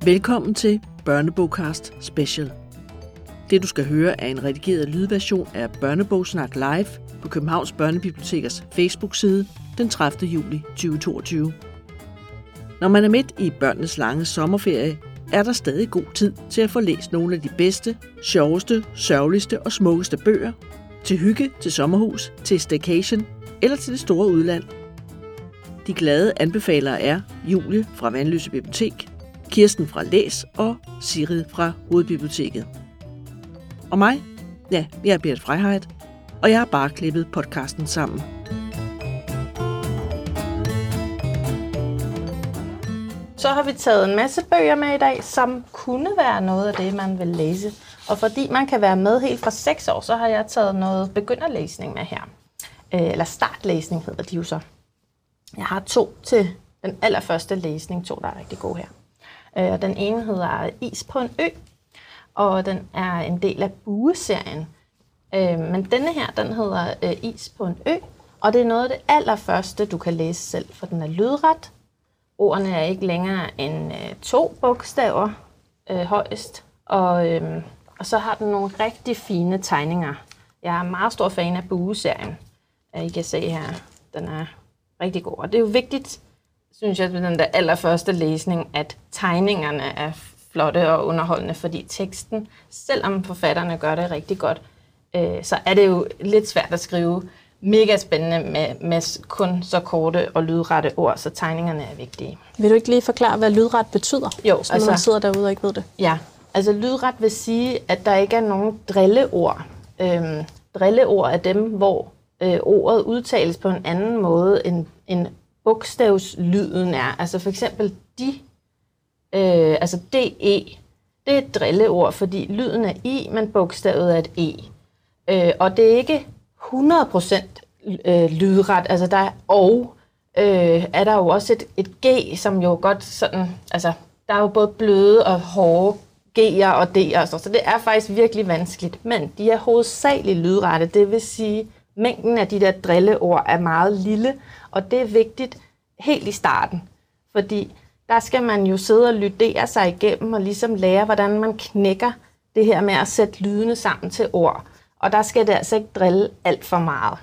Velkommen til Børnebogcast Special. Det du skal høre er en redigeret lydversion af Børnebogsnak Live på Københavns Børnebibliotekers Facebook-side den 30. juli 2022. Når man er midt i børnenes lange sommerferie, er der stadig god tid til at få læst nogle af de bedste, sjoveste, sørgeligste og smukkeste bøger, til hygge, til sommerhus, til staycation eller til det store udland. De glade anbefalere er Julie fra Vanløse Bibliotek, Kirsten fra Læs og Sigrid fra Hovedbiblioteket. Og mig? Ja, jeg er Berit Freiheit, og jeg har bare klippet podcasten sammen. Så har vi taget en masse bøger med i dag, som kunne være noget af det, man vil læse. Og fordi man kan være med helt fra 6 år, så har jeg taget noget begynderlæsning med her. Eller startlæsning hedder de jo så. Jeg har 2 til den allerførste læsning, 2 der er rigtig gode her. Den ene hedder Is på en ø, og den er en del af Bue-serien. Men denne her, den hedder Is på en ø, og det er noget af det allerførste, du kan læse selv, for den er lydret. Ordene er ikke længere end 2 bogstaver højst, og så har den nogle rigtig fine tegninger. Jeg er meget stor fan af Bue-serien. I kan se her, den er rigtig god. Og det er jo vigtigt, synes jeg, ved den der allerførste læsning, at tegningerne er flotte og underholdende, fordi teksten, selvom forfatterne gør det rigtig godt, så er det jo lidt svært at skrive mega spændende med kun så korte og lydrette ord, så tegningerne er vigtige. Vil du ikke lige forklare, hvad lydret betyder? Jo, så man sidder derude og ikke ved det. Ja, altså lydret vil sige, at der ikke er nogen drilleord. Drilleord er dem, hvor ordet udtales på en anden måde, end bogstavslyden er. Altså for eksempel altså DE, det er et drilleord, fordi lyden er I, men bogstavet er et E. Og det er ikke 100% lydret, altså der er der jo også et G, som jo godt sådan, altså der er jo både bløde og hårde G'er og D'er, så det er faktisk virkelig vanskeligt, men de er hovedsageligt lydrette, det vil sige, mængden af de der drilleord er meget lille, og det er vigtigt helt i starten, fordi der skal man jo sidde og lydere sig igennem og ligesom lære, hvordan man knækker det her med at sætte lydene sammen til ord. Og der skal det altså ikke drille alt for meget.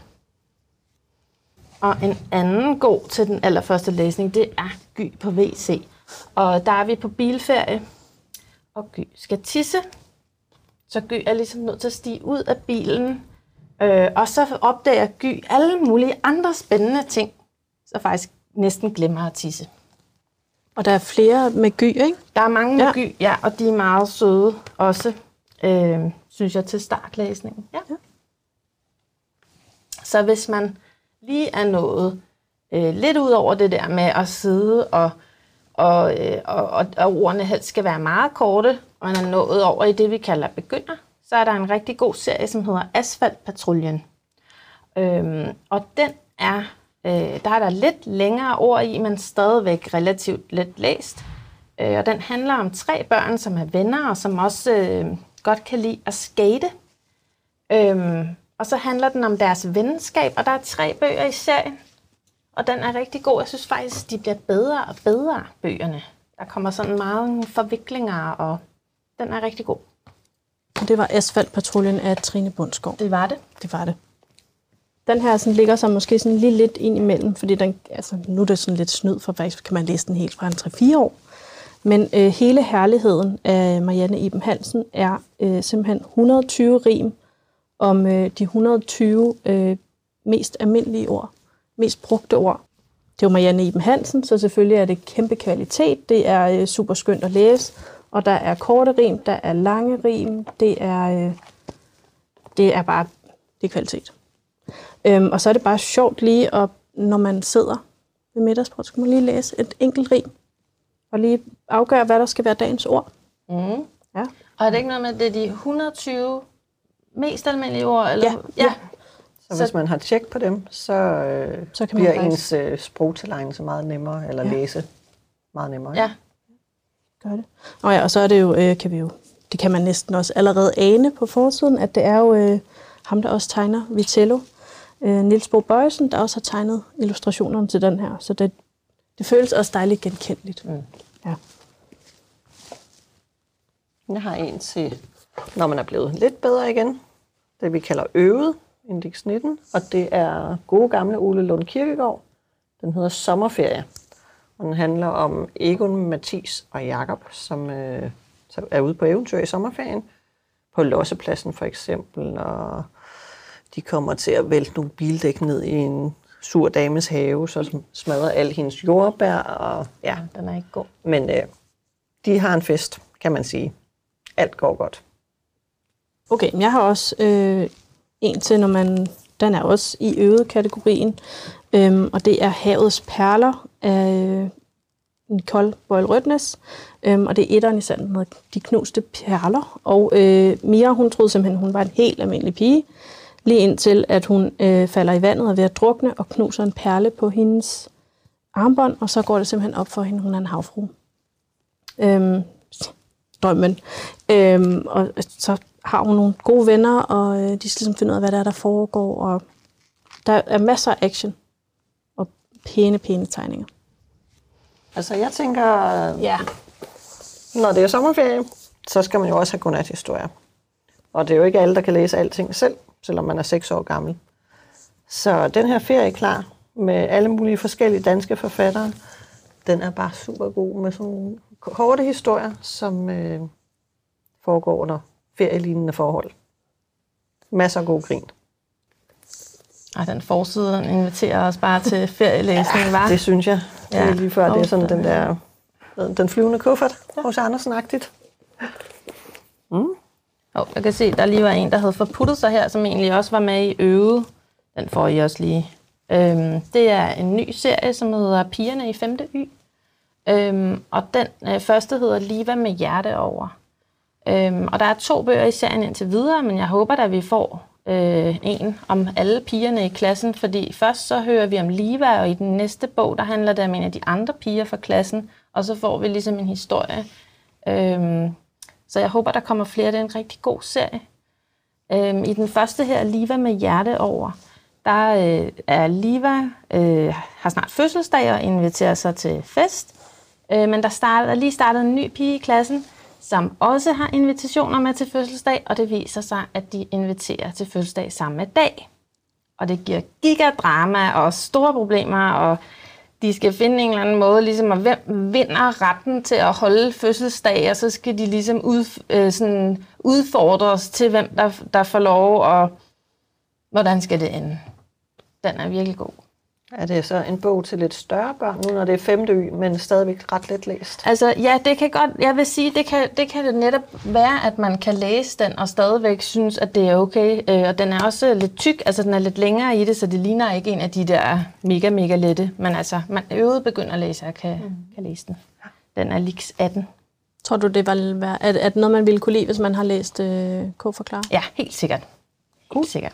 Og en anden god til den allerførste læsning, det er Gy på WC. Og der er vi på bilferie, og Gy skal tisse. Så Gy er ligesom nødt til at stige ud af bilen. Og så opdager Gy alle mulige andre spændende ting, så faktisk næsten glemmer at tisse. Og der er flere med Gy, ikke? Der er mange med Gy, ja, og de er meget søde også. Synes jeg, til startlæsningen. Ja. Så hvis man lige er nået lidt ud over det der med at sidde, og ordene helst skal være meget korte, og man er nået over i det, vi kalder begynder, så er der en rigtig god serie, som hedder Asfaltpatruljen. Og den er, der er der lidt længere ord i, men stadigvæk relativt let læst. Og den handler om 3 børn, som er venner, og som også godt kan lide at skate. Og så handler den om deres venskab, og der er 3 bøger i serien. Og den er rigtig god. Jeg synes faktisk, de bliver bedre og bedre, bøgerne. Der kommer sådan meget forviklinger, og den er rigtig god. Det var Asfaltpatruljen af Trine Bundsgaard. Det var det. Det var det. Den her sådan, ligger sig måske sådan lige lidt ind imellem, fordi den, altså, nu er det sådan lidt snyd, for faktisk kan man læse den helt fra en 3-4 år. Men hele herligheden af Marianne Iben Hansen er simpelthen 120 rim om de 120 mest almindelige ord, mest brugte ord. Det er jo Marianne Iben Hansen, så selvfølgelig er det kæmpe kvalitet. Det er super skønt at læse, og der er korte rim, der er lange rim. Det er bare kvalitet. Og så er det bare sjovt lige, at når man sidder ved middagsbord, så kan man lige læse et enkelt rim. Og lige afgøre, hvad der skal være dagens ord. Mm. Ja. Og er det ikke noget med, at det er de 120 mest almindelige ord? Eller? Ja. Så hvis man har tjek på dem, så bliver ens sprogtilegnelse meget nemmere, eller læse meget nemmere. Ja. Gør det. Og så er det jo, det kan man næsten også allerede ane på forsiden, at det er jo ham, der også tegner Vitello, Niels Bo Bøjsen, der også har tegnet illustrationerne til den her. Så det føles også dejligt genkendeligt. Mm. Ja. Jeg har en til, når man er blevet lidt bedre igen. Det vi kalder øvet, indeks 19. Og det er gode gamle Ole Lund Kirkegaard. Den hedder Sommerferie. Og den handler om Egon, Mathis og Jakob, som er ude på eventyr i sommerferien. På lossepladsen for eksempel. Og de kommer til at vælte nogle bildæk ned i en sur dames have, så smadrer alle hendes jordbær. Og, ja, den er ikke god. Men de har en fest, kan man sige. Alt går godt. Okay, jeg har også en til, den er også i øvet-kategorien, og det er Havets Perler af Nicole Boyle Rødtnes, og det er etteren i sandt med De knuste perler. Og Mia, hun troede simpelthen, hun var en helt almindelig pige, lige indtil at hun falder i vandet og er ved at drukne og knuser en perle på hendes armbånd, og så går det simpelthen op for hende, hun er en havfrue. Drømmen. Og så har hun nogle gode venner, og de skal ligesom finde ud af, hvad der foregår, og der er masser af action og pæne tegninger. Altså jeg tænker, når det er sommerferie, så skal man jo også have godnathistorier. Og det er jo ikke alle, der kan læse alting selv, selvom man er 6 år gammel. Så den her ferie er klar med alle mulige forskellige danske forfattere. Den er bare super god med sådan nogle korte historier, som foregår under ferielignende forhold. Masser af god grin. Og den forside inviterer os bare til ferielæsning, var? Det synes jeg. Det er lige før, det er sådan den flyvende kuffert hos Andersen-agtigt. Jeg kan se, der lige var en, der havde forputtet sig her, som egentlig også var med i øvet. Den får I også lige. Det er en ny serie, som hedder Pigerne i 5. Y. Og den første hedder Liva med hjerte over. Og der er 2 bøger i serien indtil videre, men jeg håber, at vi får en om alle pigerne i klassen, fordi først så hører vi om Liva, og i den næste bog, der handler det om en af de andre piger fra klassen, og så får vi ligesom en historie. Så jeg håber, der kommer flere. Det er en rigtig god serie. I den første her, Liva med hjerte over, der er Liva, har snart fødselsdag og inviterer sig til fest, men der er lige startet en ny pige i klassen, som også har invitationer med til fødselsdag, og det viser sig, at de inviterer til fødselsdag samme dag. Og det giver gigadrama og store problemer, og de skal finde en eller anden måde, ligesom, hvem vinder retten til at holde fødselsdag, og så skal de ligesom udfordres til, hvem der får lov, og hvordan skal det ende. Den er virkelig god. Er det så en bog til lidt større børn, nu når det er 5. Y, men stadigvæk ret let læst? Altså, ja, det kan godt, jeg vil sige, det kan det netop være, at man kan læse den, og stadigvæk synes, at det er okay. Og den er også lidt tyk, altså den er lidt længere i det, så det ligner ikke en af de der mega lette. Men altså, man øvet begynder at læse, og kan læse den. Den er Lix 18. Tror du, det vil være, er det noget, man ville kunne lide, hvis man har læst K. Forklare? Ja, helt sikkert. Helt sikkert.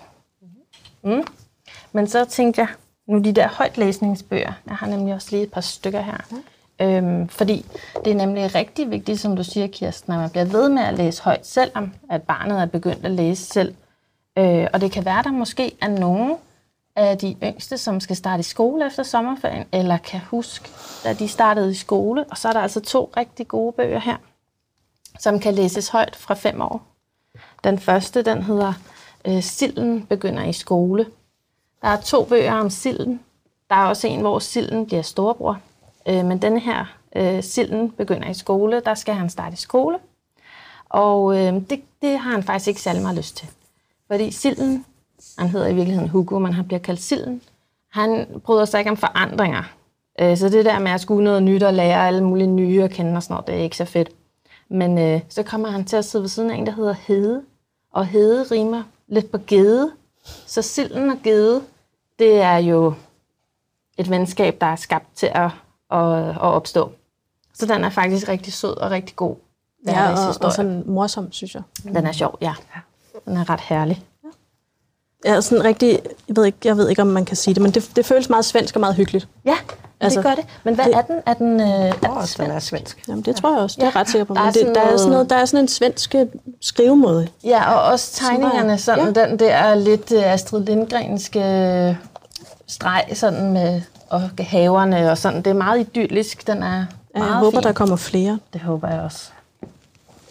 Men så tænkte jeg, nu de der højtlæsningsbøger, jeg har nemlig også lige et par stykker her. Fordi det er nemlig rigtig vigtigt, som du siger, Kirsten, at man bliver ved med at læse højt, selvom at barnet er begyndt at læse selv. Og det kan være, der måske er nogen af de yngste, som skal starte i skole efter sommerferien, eller kan huske, da de startede i skole. Og så er der altså 2 rigtig gode bøger her, som kan læses højt fra 5 år. Den første, den hedder Silden begynder i skole. Der er 2 bøger om silden. Der er også en, hvor silden bliver storebror. Men denne her, Silden begynder i skole, der skal han starte i skole. Og det har han faktisk ikke særlig meget lyst til. Fordi silden, han hedder i virkeligheden Hugo, men han bliver kaldt Silden, han bryder sig ikke om forandringer. Så det der med at skulle noget nyt og lære alle mulige nye at kende og sådan noget, det er ikke så fedt. Men så kommer han til at sidde ved siden af en, der hedder Hede. Og Hede rimer lidt på gede. Så silden og gede, det er jo et venskab, der er skabt til at opstå. Så den er faktisk rigtig sød og rigtig god. Ja, og sådan morsom, synes jeg. Den er sjov, ja. Den er ret herlig. Ja, sådan rigtig, jeg ved ikke, om man kan sige det, men det føles meget svensk og meget hyggeligt. Ja, altså, det gør det. Men hvad er den? Er den svensk? Den er svensk. Jamen, det tror jeg også. Det er jeg ret sikker på. Men der er sådan en svensk skrivemåde. Ja, og også tegningerne, sådan den der lidt Astrid Lindgrenske streg, sådan med og haverne og sådan. Det er meget idyllisk. Den er meget jeg håber, fin. der kommer flere. Det håber jeg også.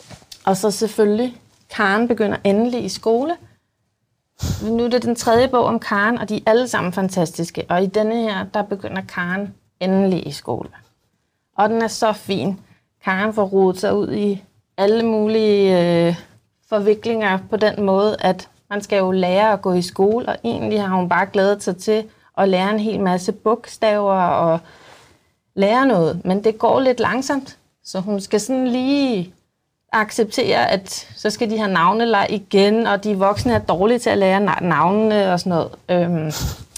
Og så selvfølgelig, Karen begynder endelig i skole. Nu er det den 3. bog om Karen, og de er alle sammen fantastiske. Og i denne her, der begynder Karen endelig i skole. Og den er så fin. Karen får rodet sig ud i alle mulige forviklinger på den måde, at man skal jo lære at gå i skole, og egentlig har hun bare glædet sig til at lære en hel masse bogstaver og lære noget. Men det går lidt langsomt, så hun skal sådan lige acceptere, at så skal de have navneleg igen, og de voksne er dårlige til at lære navnene og sådan noget.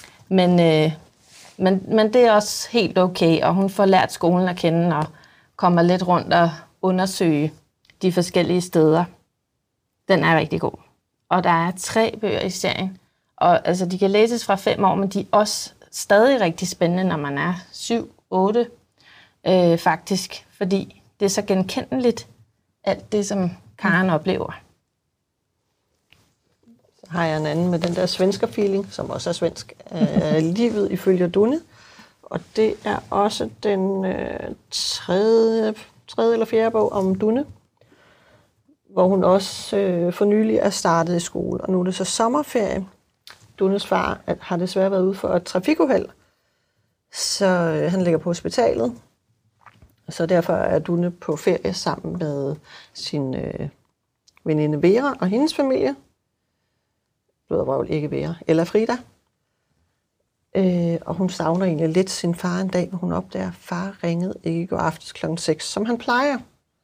Men det er også helt okay, og hun får lært skolen at kende og kommer lidt rundt og undersøge de forskellige steder. Den er rigtig god. Og der er 3 bøger i serien, og altså, de kan læses fra 5 år, men de er også stadig rigtig spændende, når man er 7-8 faktisk, fordi det er så genkendeligt, alt det, som Karen oplever. Så har jeg en anden med den der svensker-feeling, som også er svensk, Livet ifølge Dunne. Og det er også den tredje eller 4. bog om Dunne, hvor hun også for nylig er startet i skole. Og nu er det så sommerferie. Dunnes far har desværre været ude for et trafikuheld, så han ligger på hospitalet. Så derfor er Dunne på ferie sammen med sin veninde Vera og hendes familie. Blødervrøvl, ikke Vera, eller Frida. Og hun savner egentlig lidt sin far en dag, hvor hun opdager, at far ringede ikke i går aftes kl. 6, som han plejer.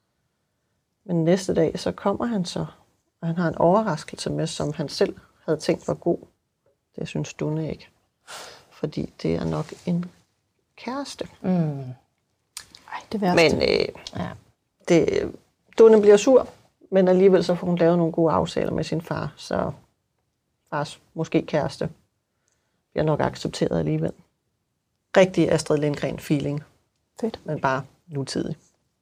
Men næste dag, så kommer han så, og han har en overraskelse med, som han selv havde tænkt var god. Det synes Dunne ikke. Fordi det er nok en kæreste. Det værste. Men Dunne bliver sur, men alligevel så får hun lavet nogle gode aftaler med sin far, så fars måske kæreste bliver nok accepteret alligevel. Rigtig Astrid Lindgren-feeling. Fedt. Men bare nutidig.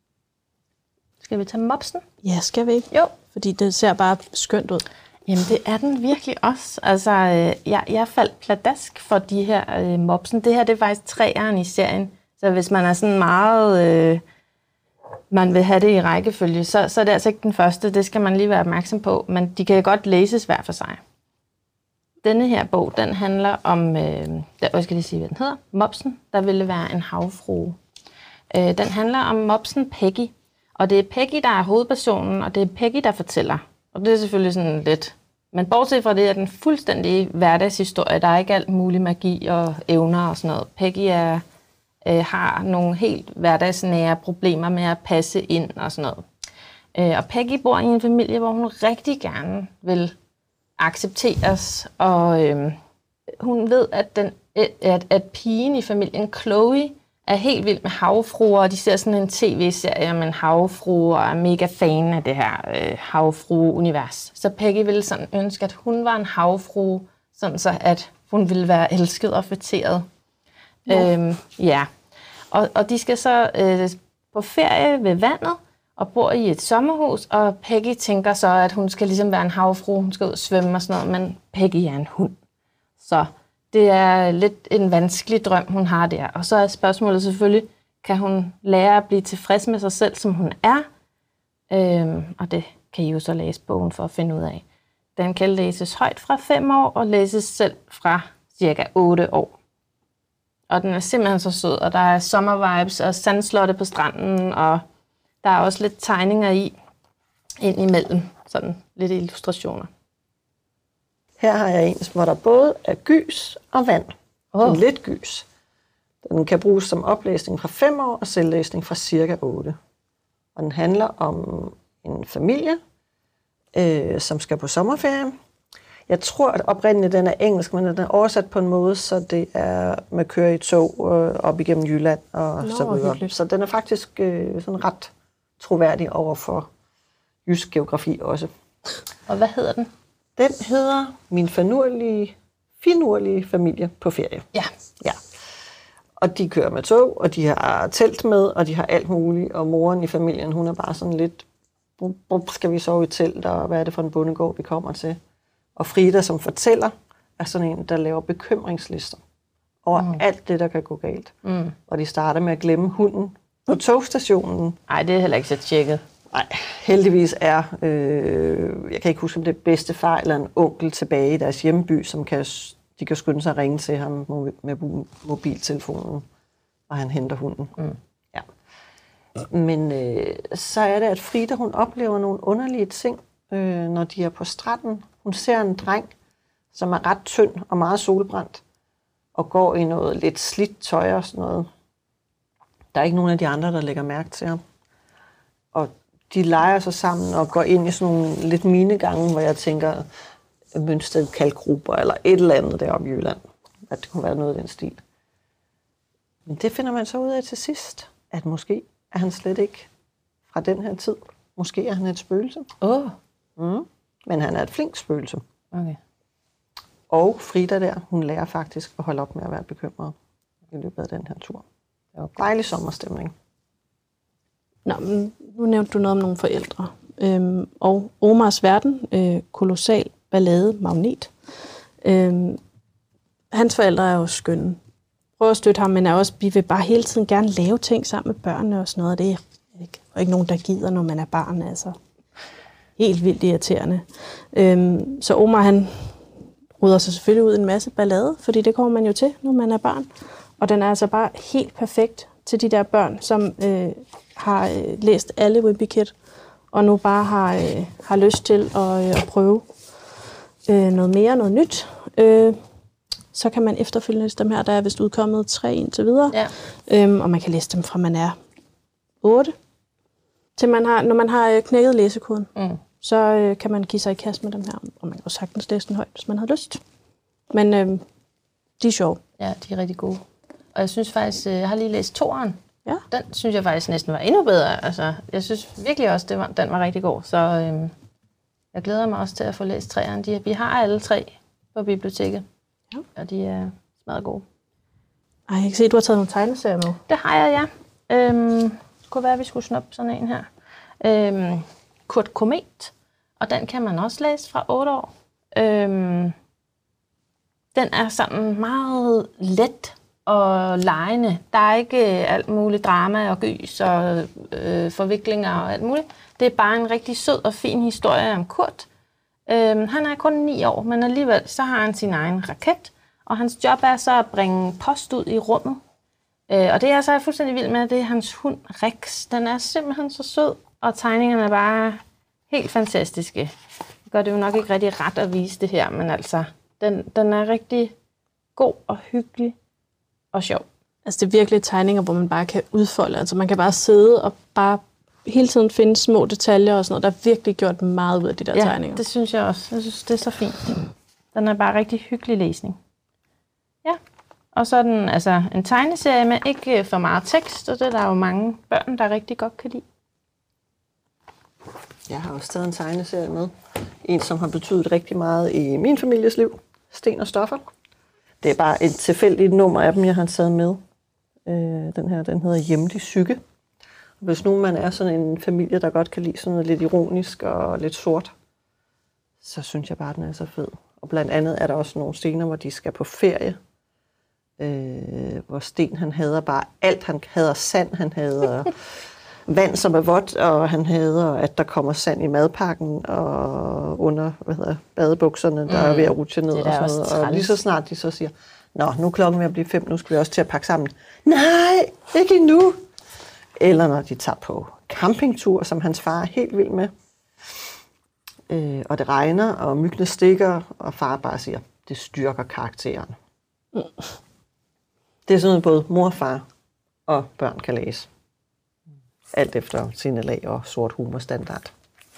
Skal vi tage mopsen? Ja, skal vi ikke? Jo. Fordi det ser bare skønt ud. Jamen, det er den virkelig også. Altså, jeg faldt pladask for de her mopsen. Det her, det er faktisk 3'eren i serien. Så hvis man er sådan meget... man vil have det i rækkefølge, så er det altså ikke den første. Det skal man lige være opmærksom på. Men de kan godt læses hver for sig. Denne her bog, den handler om... hvad skal jeg sige, hvad den hedder? Mopsen, der ville være en havfrue. Den handler om mopsen Peggy. Og det er Peggy, der er hovedpersonen, og det er Peggy, der fortæller. Og det er selvfølgelig sådan lidt... Men bortset fra det, er den fuldstændig hverdagshistorie. Der er ikke alt mulig magi og evner og sådan noget. Peggy har nogle helt hverdagsnære problemer med at passe ind og sådan noget. Og Peggy bor i en familie, hvor hun rigtig gerne vil accepteres. Og hun ved, at pigen i familien, Chloe, er helt vild med havfruer, og de ser sådan en tv-serie om en havfrue, og er mega fan af det her havfrue-univers. Så Peggy ville sådan ønske, at hun var en havfrue, sådan så at hun ville være elsket og fætteret. Ja. Og de skal så på ferie ved vandet, og bor i et sommerhus, og Peggy tænker så, at hun skal ligesom være en havfrue, hun skal ud og svømme og sådan noget, men Peggy er en hund. Så det er lidt en vanskelig drøm, hun har der. Og så er spørgsmålet selvfølgelig, kan hun lære at blive tilfreds med sig selv, som hun er? Og det kan I jo så læse bogen for at finde ud af. Den kan læses højt fra 5 år, og læses selv fra cirka 8 år. Og den er simpelthen så sød, og der er sommervibes og sandslotte på stranden, og der er også lidt tegninger ind imellem, sådan lidt illustrationer. Her har jeg en, hvor der både er gys og vand. En lidt gys. Den kan bruges som oplæsning fra 5 år og selvlæsning fra cirka 8. Og den handler om en familie, som skal på sommerferie. Jeg tror, at oprindeligt den er engelsk, men den er oversat på en måde, så det er med køre i tog op igennem Jylland og så videre. Hyggeligt. Så den er faktisk sådan ret troværdig over for jysk geografi også. Og hvad hedder den? Den hedder Min finurlige familie på ferie. Ja. Og de kører med tog, og de har telt med, og de har alt muligt. Og moren i familien, hun er bare sådan lidt, skal vi sove i telt, og hvad er det for en bondegård, vi kommer til? Og Frida, som fortæller, er sådan en, der laver bekymringslister over alt det, der kan gå galt. Og de starter med at glemme hunden på togstationen. Nej, det er heller ikke så tjekket. Nej, heldigvis er, jeg kan ikke huske, om det er bedstefar eller en onkel tilbage i deres hjemby, som de kan skynde sig at ringe til ham med mobiltelefonen, og han henter hunden. Ja. Men så er det, at Frida, hun oplever nogle underlige ting, når de er på stranden. Hun ser en dreng, som er ret tynd og meget solbrændt, og går i noget lidt slidt tøj og sådan noget. Der er ikke nogen af de andre, der lægger mærke til ham. Og de leger sig sammen og går ind i sådan nogle lidt minegange, hvor jeg tænker, Mønsted kalkgrupper eller et eller andet deroppe i Jylland. At det kunne være noget af den stil. Men det finder man så ud af til sidst, at måske er han slet ikke fra den her tid. Måske er han et spøgelse. Men han er et flink spøgelse. Okay. Og Frida der, hun lærer faktisk at holde op med at være bekymret i løbet af den her tur. Det var dejlig sommerstemning. Nå, men nu nævnte du noget om nogle forældre. Og Omars verden, kolossal ballade, magnet. Hans forældre er jo skønne. Prøv at støtte ham, men er også, vi vil bare hele tiden gerne lave ting sammen med børnene og sådan noget. Det er ikke nogen, der gider, når man er barn. Altså. Helt vildt irriterende. Så Omar, han rydder sig selvfølgelig ud en masse ballade, fordi det kommer man jo til, når man er barn. Og den er altså bare helt perfekt til de der børn, som har læst alle Wimpy Kid, og nu bare har lyst til at prøve noget mere, noget nyt. Så kan man efterfølgende læse dem her. Der er vist udkommet 3 indtil videre. Ja. Og man kan læse dem fra man er 8, til når man har knækket læsekoden. Så kan man give sig i kast med dem her. Og man kan jo sagtens læse den højt, hvis man har lyst. Men de er sjove. Ja, de er rigtig gode. Og jeg synes faktisk, jeg har lige læst 2'eren. Ja. Den synes jeg faktisk næsten var endnu bedre. Altså, jeg synes virkelig også, den var rigtig god. Så jeg glæder mig også til at få læst 3'eren. Vi har alle 3 på biblioteket. Ja. Og de er smadret gode. Ej, jeg kan se, at du har taget nogle tegneserier med. Det har jeg, ja. Det kunne være, at vi skulle snuppe sådan en her. Kurt Komet. Og den kan man også læse fra 8 år. Den er sådan meget let og legende. Der er ikke alt muligt drama og gys og forviklinger og alt muligt. Det er bare en rigtig sød og fin historie om Kurt. Han er kun 9 år, men alligevel så har han sin egen raket, og hans job er så at bringe post ud i rummet. Og det er så fuldstændig vild med, det er hans hund Rex. Den er simpelthen så sød, og tegningerne er bare helt fantastiske. Det gør det jo nok ikke rigtig ret at vise det her, men altså, den er rigtig god og hyggelig og sjov. Altså det er virkelig tegninger, hvor man bare kan udfolde. Altså man kan bare sidde og bare hele tiden finde små detaljer og sådan noget. Der er virkelig gjort meget ud af de der tegninger. Det synes jeg også. Jeg synes, det er så fint. Den er bare rigtig hyggelig læsning. Ja. Og så er den altså en tegneserie med ikke for meget tekst, og det er der jo mange børn, der rigtig godt kan lide. Jeg har også taget en tegneserie med. En, som har betydet rigtig meget i min families liv. Sten og Stoffer. Det er bare et tilfældigt nummer af dem, jeg har taget med. Den hedder Hjemlig Psyke. Hvis nu man er sådan en familie, der godt kan lide sådan noget lidt ironisk og lidt sort, så synes jeg bare, den er så fed. Og blandt andet er der også nogle scener, hvor de skal på ferie. Hvor Sten, han hader bare alt. Han hader sand, han hader vand, som er vådt, og han hader, at der kommer sand i madpakken og under badebukserne, der er ved at rutsche ned. Og sådan noget. Og lige så snart de så siger, nå, nu er klokken ved at blive 5, nu skal vi også til at pakke sammen. Nej, ikke endnu. Eller når de tager på campingtur, som hans far er helt vild med. Og det regner, og myggene stikker, og far bare siger, det styrker karakteren. Det er sådan noget, både mor, far og børn kan læse. Alt efter sine lag og sort humorstandard.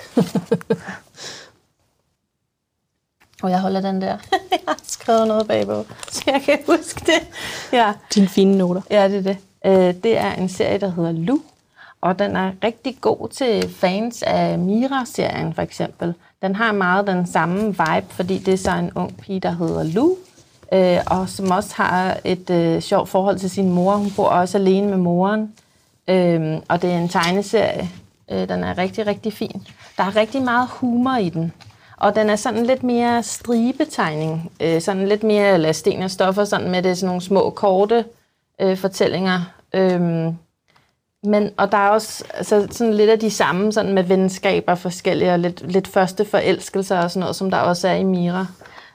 Og jeg holder den der. Jeg har skrevet noget bagpå, så jeg kan huske det. Ja. Dine fine noter. Ja, det er det. Det er en serie, der hedder Lu, og den er rigtig god til fans af Mira-serien for eksempel. Den har meget den samme vibe, fordi det er så en ung pige, der hedder Lu, og som også har et sjovt forhold til sin mor. Hun bor også alene med moren, og det er en tegneserie. Den er rigtig, rigtig fin. Der er rigtig meget humor i den, og den er sådan lidt mere stribetegning, sådan lidt mere Sten og Stoffer, sådan med det sådan nogle små, korte fortællinger. og der er også altså, sådan lidt af de samme sådan med venskaber forskellige, og lidt første forelskelser og sådan noget, som der også er i Mira.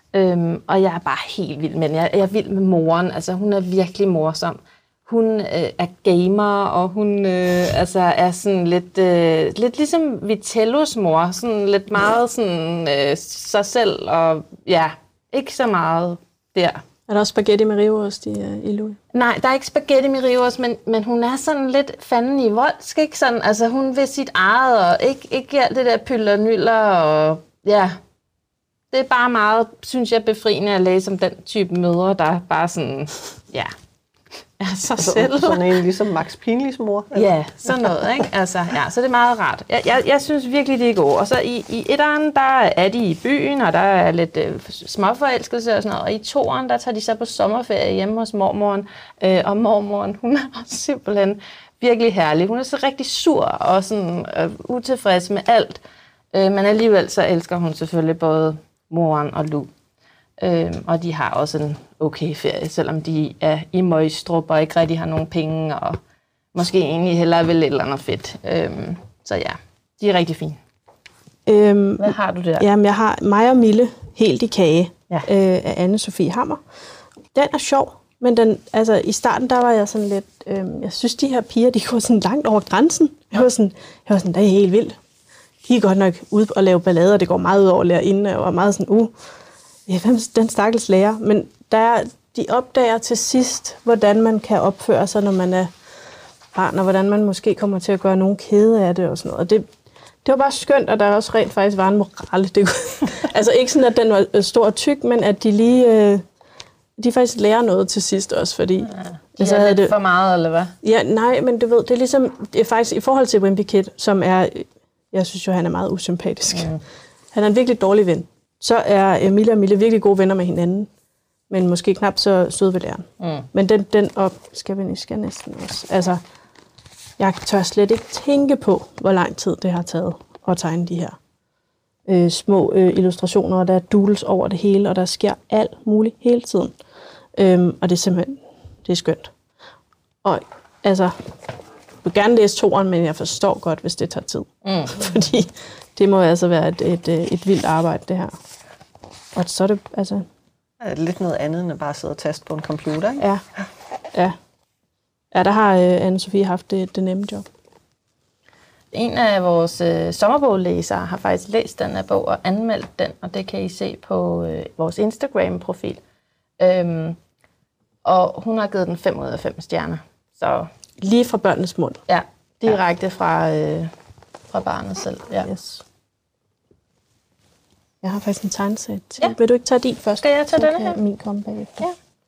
Og jeg er bare helt vild med den. Jeg er vild med moren. Altså, hun er virkelig morsom. Hun er gamer, og hun altså er sådan lidt ligesom Vitellos mor. Sådan lidt meget sådan, sig selv, og ja, ikke så meget der. Er der også spaghetti med riveost i Louis? Nej, der er ikke spaghetti med riveost, men hun er sådan lidt fanden i voldsk, ikke sådan? Altså, hun vil sit eget, og ikke alt det der pyller og nyller, og ja... Det er bare meget, synes jeg, befriende at læse om den type mødre, der bare sådan, ja, er sig selv. Sådan en ligesom Max Pinlis mor? Eller? Ja, sådan noget, ikke? Altså, ja, så det er meget rart. Jeg synes virkelig, det er godt. Og så i etteren, der er de i byen, og der er lidt småforelskelse og sådan noget. Og i toeren, der tager de så på sommerferie hjemme hos mormoren. Og mormoren, hun er også simpelthen virkelig herlig. Hun er så rigtig sur og sådan utilfreds med alt. Men alligevel så elsker hun selvfølgelig både moren og Lou. Og de har også en okay ferie, selvom de er i Møgstrup og ikke rigtig har nogen penge, og måske egentlig hellere vil et eller andet fedt. Så ja, de er rigtig fine. Hvad har du der? Jamen, jeg har mig og Mille, helt i kage, af Anne-Sophie Hammer. Den er sjov, men den, altså, i starten der var jeg sådan lidt... jeg synes, de her piger, de går sådan langt over grænsen. Jeg var sådan, det er helt vildt. De er godt nok ude og lave ballade, og det går meget ud over lærerinde, og meget sådan, den stakkels lærer. Men de opdager til sidst, hvordan man kan opføre sig, når man er barn, og hvordan man måske kommer til at gøre nogen kede af det og sådan noget. Og det var bare skønt, og der også rent faktisk var en moral. Altså ikke sådan, at den var stor og tyk, men at de lige... de faktisk lærer noget til sidst også, fordi... Ja, de havde lidt for meget, eller hvad? Ja, nej, men du ved, det er ligesom... Det er faktisk i forhold til Wimpy Kid, som er... Jeg synes jo, han er meget usympatisk. Mm. Han er en virkelig dårlig ven. Så er Emilie og Mille virkelig gode venner med hinanden, men måske knap så søde ved læreren. Mm. Men den op skal næsten også. Altså, jeg tør slet ikke tænke på, hvor lang tid det har taget at tegne de her små illustrationer, og der er doodles over det hele, og der sker alt muligt hele tiden. Og det er simpelthen, det er skønt. Og altså... Jeg vil gerne læse toeren, men jeg forstår godt, hvis det tager tid. Mm. Fordi det må altså være et vildt arbejde, det her. Og så er det altså... Er det lidt noget andet, end at bare sidde og taste på en computer, ikke? Ja. Ja, der har Anne-Sophie haft det nemme job. En af vores sommerboglæsere har faktisk læst den her bog og anmeldt den, og det kan I se på vores Instagram-profil. Og hun har givet den 5 ud af 5 stjerner. Så... Lige fra børnenes mund. Ja, direkte fra barnet selv. Ja. Yes. Jeg har faktisk en tegnesæt til. Ja. Vil du ikke tage din først? Skal jeg tage denne her? Min komme bagefter.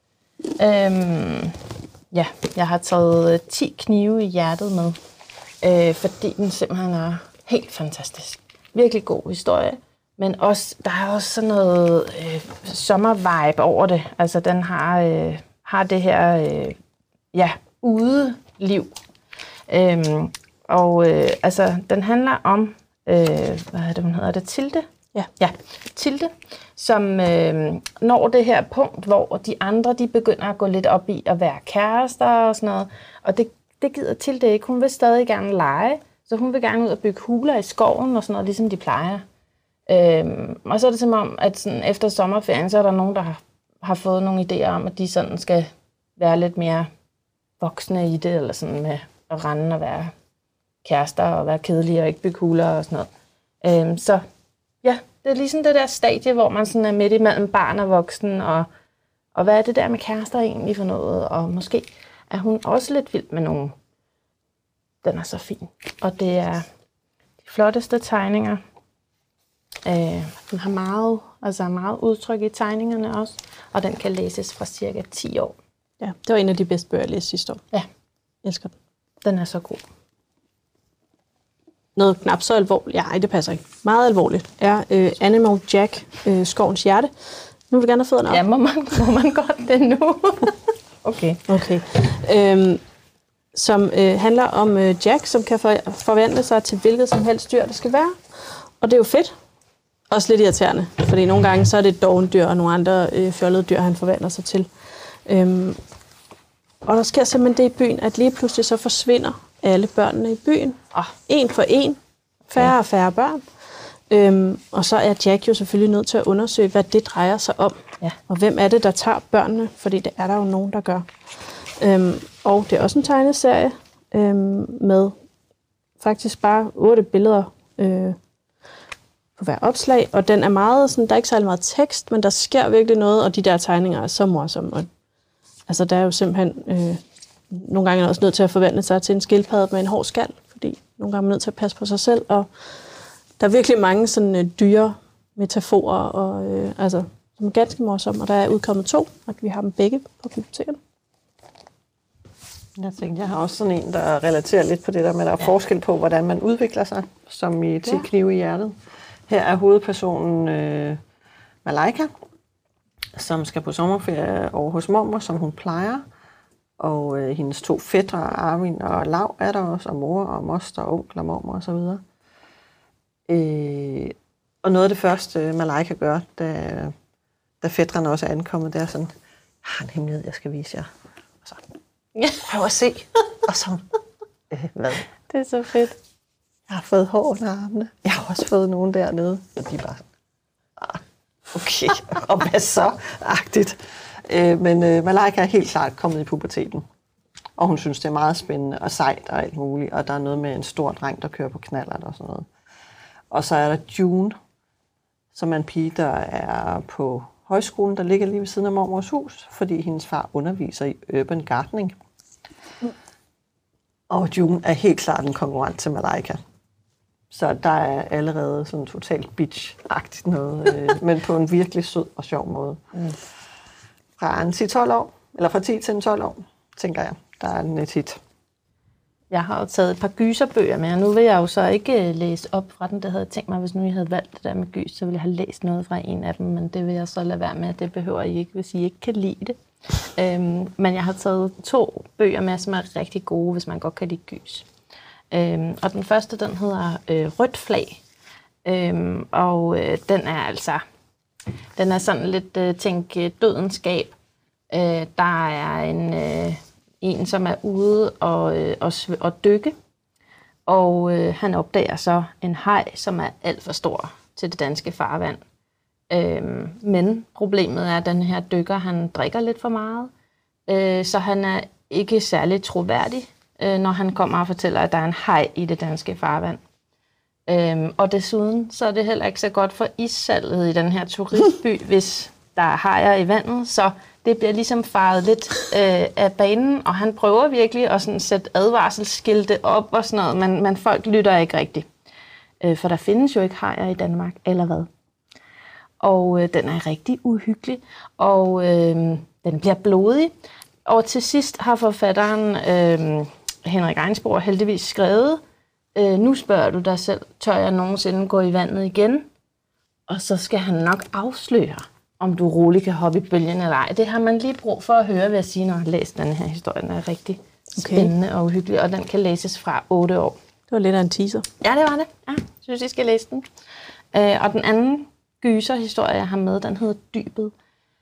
Ja. Jeg har taget 10 knive i hjertet med, fordi den simpelthen er helt fantastisk. Virkelig god historie, men også, der er også sådan noget sommervibe over det. Altså, den har det her, udeliv. Altså, den handler om, hvad er det, hun hedder det? Tilde? Ja, Tilde, som når det her punkt, hvor de andre, de begynder at gå lidt op i at være kærester og sådan noget. Og det gider Tilde ikke. Hun vil stadig gerne lege, så hun vil gerne ud og bygge huler i skoven og sådan noget, ligesom de plejer. Og så er det som om, at sådan, efter sommerferien, så er der nogen, der har fået nogle idéer om, at de sådan skal være lidt mere voksne i det, eller sådan med at rende og være kærester og være kedelige og ikke bygge huler og sådan noget. Så ja, det er ligesom det der stadie, hvor man sådan er midt imellem barn og voksen, og hvad er det der med kærester egentlig for noget, og måske er hun også lidt vild med nogen. Den er så fin, og det er de flotteste tegninger. Den har meget udtryk i tegningerne også, og den kan læses fra cirka 10 år. Ja, det var en af de bedste bøger, jeg læste sidste år. Ja. Jeg elsker den. Den er så god. Noget knap så alvorligt. Ja, det passer ikke. Meget alvorligt er Animal Jack, Skovens hjerte. Nu vil du gerne have fået den op. Ja, må man godt det nu? Okay. Som handler om Jack, som kan forvandle sig til hvilket som helst dyr, det skal være. Og det er jo fedt. Også lidt irriterende, fordi nogle gange så er det et dovendyr, og nogle andre fjollede dyr, han forvandler sig til. Og der sker simpelthen det i byen, at lige pludselig så forsvinder alle børnene i byen. En for en. Færre og færre børn. Og så er Jack jo selvfølgelig nødt til at undersøge, hvad det drejer sig om. Ja. Og hvem er det, der tager børnene? Fordi det er der jo nogen, der gør. Og det er også en tegneserie med faktisk bare 8 billeder på hver opslag. Og den er meget sådan, der er ikke særlig meget tekst, men der sker virkelig noget, og de der tegninger er så morsomme. Og, altså der er jo simpelthen nogle gange også nødt til at forvandle sig til en skildpadde med en hård skal, fordi nogle gange er man nødt til at passe på sig selv. Og der er virkelig mange sådan dyre metaforer, og altså, som er ganske morsomme. Og der er udkommet 2, og vi har dem begge på bibliotekerne. Jeg tænkte, jeg har også sådan en, der relaterer lidt på det der med, at der er forskel på, hvordan man udvikler sig, som i 10 knive i hjertet. Her er hovedpersonen Malaika, som skal på sommerferie over hos mormor, som hun plejer. Og hendes 2 fætre, Armin og Lav, er der også, og mor og moster og onkel og mormor og så videre. Og noget af det første, Malaika gør, da fætrene også er ankommet, det er sådan, jeg har en hemmelighed, jeg skal vise jer. Og så, prøv at se. Og så, hvad? Det er så fedt. Jeg har fået hår under armene. Jeg har også fået nogen dernede. Og de er bare sådan, okay, og hvad så? Agtigt. Men Malaika er helt klart kommet i puberteten. Og hun synes, det er meget spændende og sejt og alt muligt. Og der er noget med en stor dreng, der kører på knallert og sådan noget. Og så er der June, som er en pige, der er på højskolen, der ligger lige ved siden af mormors hus, fordi hendes far underviser i urban gardening. Og June er helt klart en konkurrent til Malaika. Så der er allerede sådan totalt bitch-agtigt noget, men på en virkelig sød og sjov måde. Fra en 10-12 år, eller fra 10 til 12 år, tænker jeg, der er den et hit. Jeg har jo taget et par gyserbøger med, og nu vil jeg jo så ikke læse op fra den. Det havde jeg tænkt mig, hvis nu I havde valgt det der med gys, så ville jeg have læst noget fra en af dem, men det vil jeg så lade være med. Det behøver I ikke, hvis I ikke kan lide det. Men jeg har taget 2 bøger med, som er rigtig gode, hvis man godt kan lide gys. Og den første, den hedder Rødt Flag. Den er altså, den er sådan lidt tænk dødenskab. Der er en, som er ude og dykke, og han opdager så en haj, som er alt for stor til det danske farvand. Men problemet er, at den her dykker, han drikker lidt for meget, så han er ikke særlig troværdig, når han kommer og fortæller, at der er en haj i det danske farvand. Og desuden, så er det heller ikke så godt for issalget i den her turistby, hvis der er hajer i vandet, så det bliver ligesom faret lidt af banen, og han prøver virkelig at sådan sætte advarselsskilte op og sådan noget, men folk lytter ikke rigtigt. For der findes jo ikke hajer i Danmark, eller hvad? Og den er rigtig uhyggelig, og den bliver blodig. Og til sidst har forfatteren Henrik Einsborg heldigvis skrevet, nu spørger du dig selv, tør jeg nogensinde gå i vandet igen? Og så skal han nok afsløre, om du roligt kan hoppe i bølgen eller ej. Det har man lige brug for at høre, ved at sige, når jeg har læst den her historie. Den er rigtig spændende og uhyggelig, og den kan læses fra 8 år. Det var lidt af en teaser. Ja, det var det. Ja, jeg synes, I skal læse den. Og den anden gyserhistorie, jeg har med, den hedder Dybet.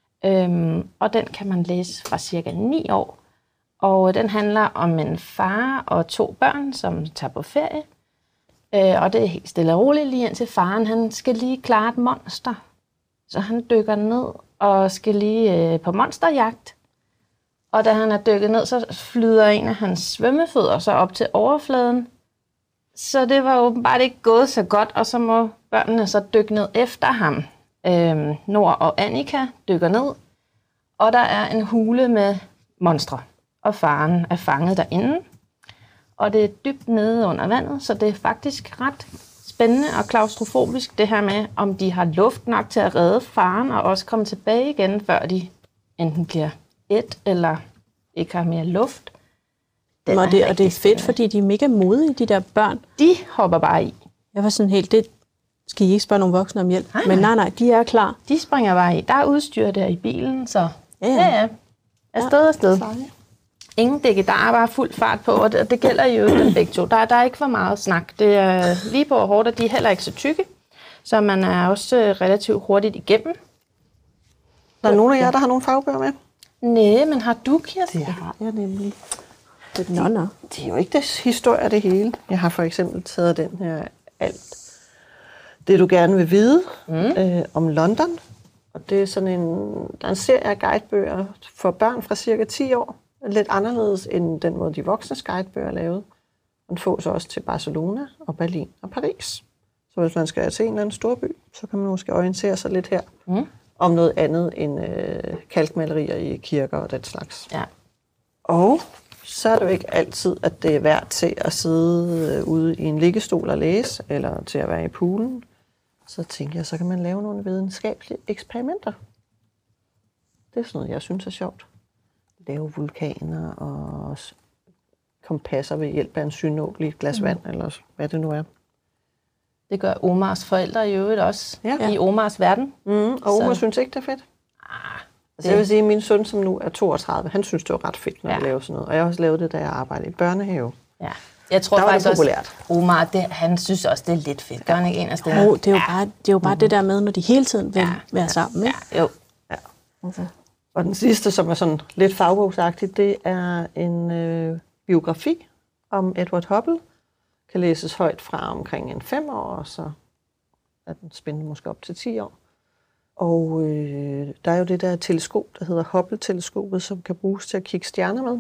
Og den kan man læse fra cirka 9 år. Og den handler om en far og 2 børn, som tager på ferie. Og det er helt stille og roligt, lige indtil faren han skal lige klare et monster. Så han dykker ned og skal lige på monsterjagt. Og da han er dykket ned, så flyder en af hans svømmefødder så op til overfladen. Så det var åbenbart ikke gået så godt, og så må børnene så dykke ned efter ham. Nord og Annika dykker ned, og der er en hule med monstre. Og faren er fanget derinde. Og det er dybt nede under vandet, så det er faktisk ret spændende og klaustrofobisk, det her med, om de har luft nok til at redde faren og også komme tilbage igen, før de enten bliver eller ikke har mere luft. Og det er fedt, fordi de er mega modige, de der børn. De hopper bare i. Jeg var sådan helt, det skal I ikke spørge nogle voksne om hjælp. Men nej, de er klar. De springer bare i. Der er udstyr der i bilen, så ja. Afsted. Ingen dække, der er bare fuld fart på, og det gælder jo dem begge to. Der er ikke for meget snak. Det er lige på hårdt, og de er heller ikke så tykke, så man er også relativt hurtigt igennem. Der er nogen af jer, der har nogle fagbøger med? Nej, men har du, Kirsten? Det har jeg nemlig. Nå. Det er jo ikke det historie det hele. Jeg har for eksempel taget den her alt det, du gerne vil vide om London. Og det er sådan der er en serie af guidebøger for børn fra cirka 10 år. Lidt anderledes end den måde, de voksnes guidebøger er lavet. Den fås også til Barcelona og Berlin og Paris. Så hvis man skal til en eller anden storby, så kan man måske orientere sig lidt her om noget andet end kalkmalerier i kirker og den slags. Ja. Og så er det jo ikke altid, at det er værd til at sidde ude i en liggestol og læse, eller til at være i poolen. Så tænker jeg, så kan man lave nogle videnskabelige eksperimenter. Det er sådan noget, jeg synes er sjovt. Lave vulkaner og kompasser ved hjælp af en synål i et glas vand, eller hvad det nu er. Det gør Omars forældre i øvrigt også, i Omars verden. Og Omar synes ikke, det er fedt. Altså, jeg vil sige, at min søn, som nu er 32, han synes, det var ret fedt, når jeg laver sådan noget. Og jeg har også lavet det, da jeg arbejdede i børnehave. Ja. Jeg tror faktisk også, Omar, han synes også, det er lidt fedt. Gør han ikke en af stederne? Jo, det er jo bare det der med, når de hele tiden vil være sammen. Ikke? Ja, jo. Ja. Altså. Og den sidste, som er sådan lidt fagbogsagtig, det er en biografi om Edward Hubble. Kan læses højt fra omkring en 5 år, og så er den spændende måske op til 10 år. Og der er jo det der teleskop, der hedder Hubble-teleskopet, som kan bruges til at kigge stjerner med.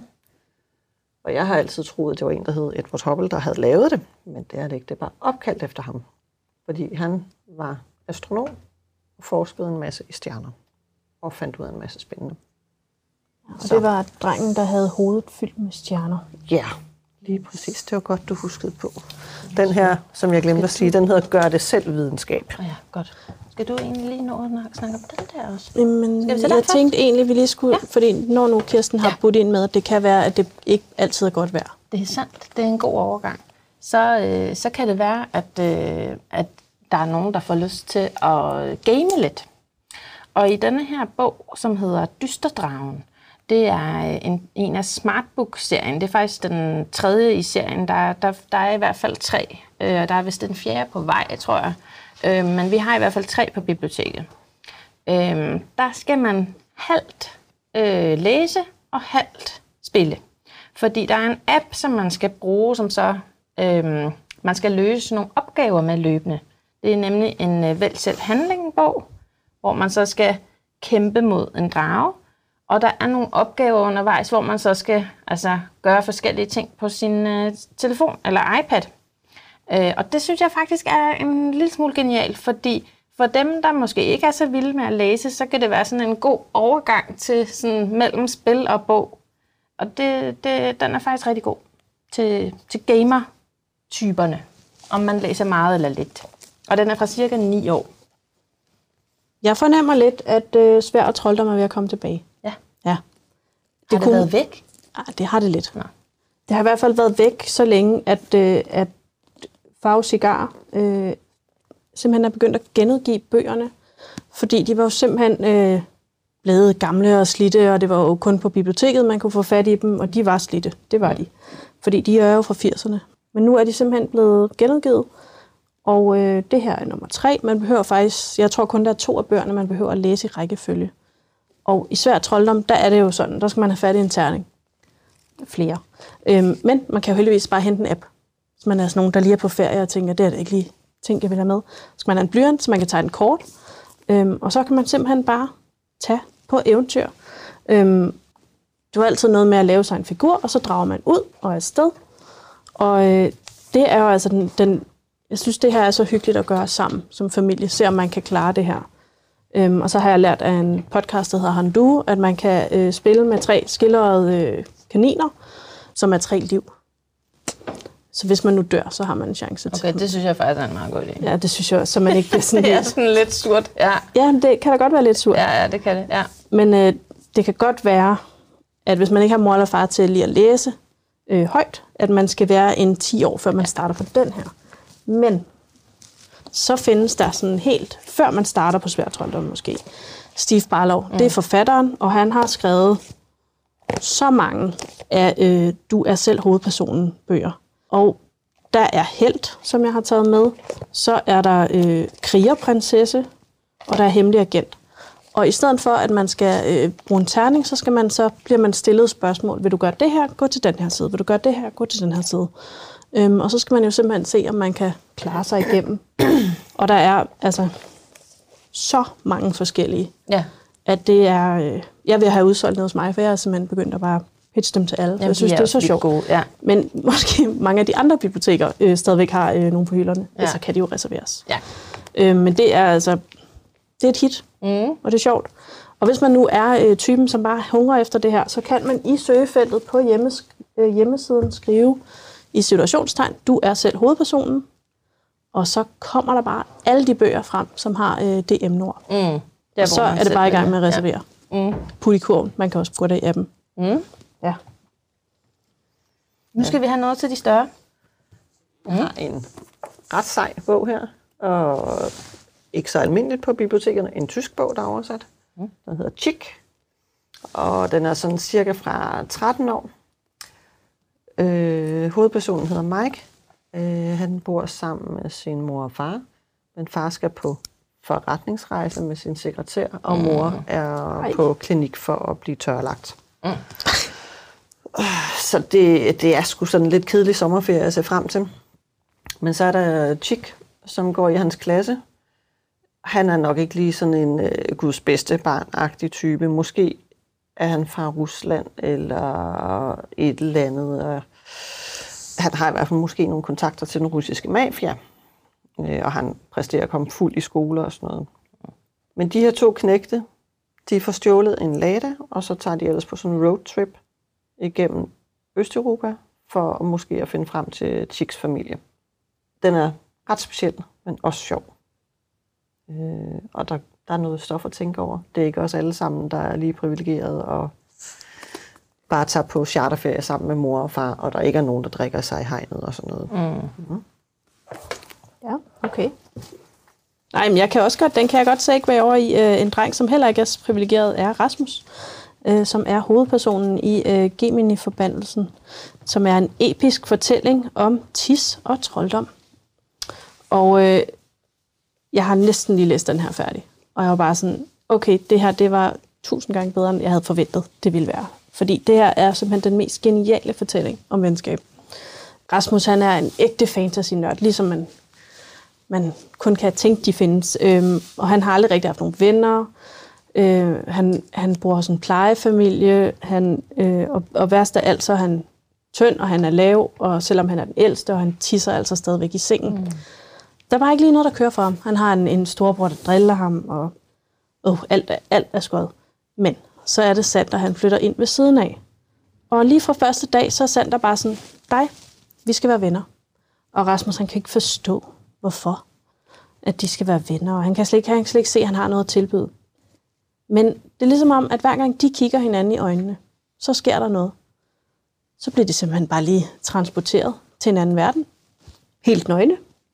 Og jeg har altid troet, at det var en, der hed Edward Hubble, der havde lavet det. Men det er det ikke. Det er bare opkaldt efter ham. Fordi han var astronom og forskede en masse i stjerner. Og fandt ud af en masse spændende. Og det var drengen, der havde hovedet fyldt med stjerner. Ja, lige præcis. Det var godt, du huskede på. Den her, som jeg glemte at sige, den hedder Gør det selv videnskab. Ja, godt. Skal du egentlig lige nå at snakke om den der også? Jamen, jeg tænkte egentlig, vi lige skulle... Ja. Fordi når nu Kirsten har budt ind med, at det kan være, at det ikke altid er godt vejr. Det er sandt. Det er en god overgang. Så kan det være, at der er nogen, der får lyst til at game lidt. Og i denne her bog, som hedder Dysterdragen, det er en af Smartbook-serien. Det er faktisk den 3. i serien. Der er i hvert fald 3. Der er vist den 4. på vej, tror jeg. Men vi har i hvert fald 3 på biblioteket. Der skal man halvt læse og halvt spille. Fordi der er en app, som man skal bruge, som så man skal løse nogle opgaver med løbende. Det er nemlig en vælg selv handling-bog, hvor man så skal kæmpe mod en drage. Og der er nogle opgaver undervejs, hvor man så skal gøre forskellige ting på sin telefon eller iPad. Og det synes jeg faktisk er en lille smule genialt, fordi for dem, der måske ikke er så vilde med at læse, så kan det være sådan en god overgang til sådan mellem spil og bog. Og den er faktisk rigtig god til gamer-typerne, om man læser meget eller lidt. Og den er fra cirka 9 år. Jeg fornemmer lidt, at Sværd og Trolddom er ved at komme tilbage. Ja. Det har det været væk? Ja, det har det lidt. Nå. Det har i hvert fald været væk så længe, at Farve Cigar simpelthen er begyndt at genudgive bøgerne, fordi de var jo simpelthen blevet gamle og slidte, og det var jo kun på biblioteket, man kunne få fat i dem, og de var slidte. Det var de. Fordi de er jo fra 80'erne. Men nu er de simpelthen blevet genudgivet, og det her er nummer 3. Man behøver faktisk, jeg tror kun, der er 2 af bøgerne, man behøver at læse i rækkefølge. Og i Sværd Trolddom, der er det jo sådan, der skal man have fat i en terning. Flere. Men man kan jo heldigvis bare hente en app. Hvis man er sådan nogen, der lige er på ferie og tænker, det er da ikke lige ting, jeg vil have med. Så skal man have en blyant, så man kan tage en kort. Og så kan man simpelthen bare tage på eventyr. Du har altid noget med at lave sig en figur, og så drager man ud og er afsted. Og det er jo altså jeg synes, det her er så hyggeligt at gøre sammen som familie. Se, om man kan klare det her. Og så har jeg lært af en podcast, der hedder Handu, at man kan spille med 3 skildrede kaniner, som er 3 liv. Så hvis man nu dør, så har man en chance til. Okay, det synes jeg faktisk er en meget god idé. Ja, det synes jeg, så man ikke bliver sådan det er sådan lidt surt, ja. Ja, det kan da godt være lidt surt. Ja, det kan det, ja. Men det kan godt være, at hvis man ikke har mor eller far til lige at læse højt, at man skal være en 10 år, før man starter på den her. Men så findes der sådan helt, før man starter på Sværd Trolddom måske, Steve Barlow. Det er forfatteren, og han har skrevet så mange af Du er selv hovedpersonen bøger. Og der er Helt, som jeg har taget med. Så er der Krigerprinsesse, og der er Hemmelig agent. Og i stedet for, at man skal bruge en terning, så bliver man stillet spørgsmål. Vil du gøre det her? Gå til den her side. Vil du gøre det her? Gå til den her side. Og så skal man jo simpelthen se, om man kan klare sig igennem. Og der er altså så mange forskellige, at det er... jeg vil have udsolgt noget hos mig, for jeg er simpelthen begyndt at bare pitche dem til alle. Jamen, jeg synes, det er så sjovt. Ja. Men måske mange af de andre biblioteker stadigvæk har nogle på hylderne. Ja. Så kan de jo reserveres. Ja. Men det er altså... Det er et hit, og det er sjovt. Og hvis man nu er typen, som bare hungrer efter det her, så kan man i søgefeltet på hjemmesiden skrive i situationstegn, du er selv hovedpersonen, og så kommer der bare alle de bøger frem, som har det emneord. Og så er det bare i gang med at reservere. Ja. Put i kurven. Man kan også få det i appen. Ja. Nu skal vi have noget til de større. Jeg har en ret sej bog her, og ikke så almindeligt på bibliotekerne. En tysk bog, der er oversat. Den hedder Chick, og den er sådan cirka fra 13 år. Hovedpersonen hedder Mike. Han bor sammen med sin mor og far. Men far skal på forretningsrejse med sin sekretær, og mor er på klinik for at blive tørlagt. Så det er sgu sådan lidt kedelig sommerferie at se frem til. Men så er der Chick, som går i hans klasse. Han er nok ikke lige sådan en Guds bedste barn-agtig type. Måske er han fra Rusland eller et eller andet. Han har i hvert fald måske nogle kontakter til den russiske mafia. Og han præsterer at komme fuld i skole og sådan noget. Men de her to knægte, de får stjålet en Lada, og så tager de ellers på sådan en roadtrip igennem Østeuropa, for måske at finde frem til Chicks familie. Den er ret speciel, men også sjov. Og der er noget stof at tænke over. Det er ikke også alle sammen, der er lige privilegeret og bare tager på charterferie sammen med mor og far, og der ikke er nogen, der drikker sig i hegnet og sådan noget. Ja, okay. Nej, men jeg kan også godt, den kan jeg godt segway over i en dreng, som heller ikke er så privilegeret, er Rasmus, som er hovedpersonen i Gemini-forbandelsen, som er en episk fortælling om tis og trolddom. Og jeg har næsten lige læst den her færdig, og jeg var bare sådan, okay, det her, det var 1000 gange bedre, end jeg havde forventet, det ville være. Fordi det her er simpelthen den mest geniale fortælling om venskab. Rasmus, han er en ægte fantasy-nørd, ligesom man kun kan tænke, de findes. Og han har aldrig rigtig haft nogle venner. Han bor hos en plejefamilie. Og værst af alt, så er han tynd, og han er lav. Og selvom han er den ældste, og han tisser altså stadigvæk i sengen. Der var ikke lige noget, der kører for ham. Han har en storebror, der driller ham, og alt er skøjet. Men så er det Sander, han flytter ind ved siden af. Og lige fra første dag, så er Sander bare sådan, dig, vi skal være venner. Og Rasmus, han kan ikke forstå, hvorfor at de skal være venner. Og han kan slet ikke se, at han har noget at tilbyde. Men det er ligesom om, at hver gang de kigger hinanden i øjnene, så sker der noget. Så bliver de simpelthen bare lige transporteret til en anden verden. Helt nøgne.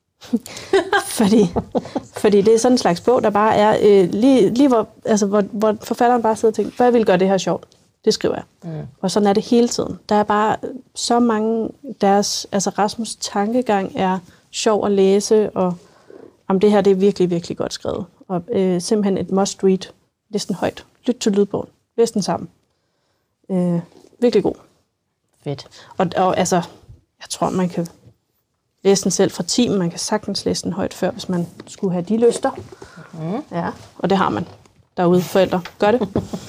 fordi det er sådan en slags bog, der bare er lige hvor forfatteren bare sidder og tænker, for jeg vil gøre det her sjovt. Det skriver jeg. Og sådan er det hele tiden. Der er bare så mange Rasmus' tankegang er sjov at læse, og det her det er virkelig, virkelig godt skrevet. Og simpelthen et must read. Læs den højt. Lyt til lydbogen. Læs den sammen. Virkelig god. Fedt. Og altså, jeg tror, man kan læse den selv fra timen. Man kan sagtens læse den højt før, hvis man skulle have de lyster. Ja, og det har man derude. Forældre, gør det.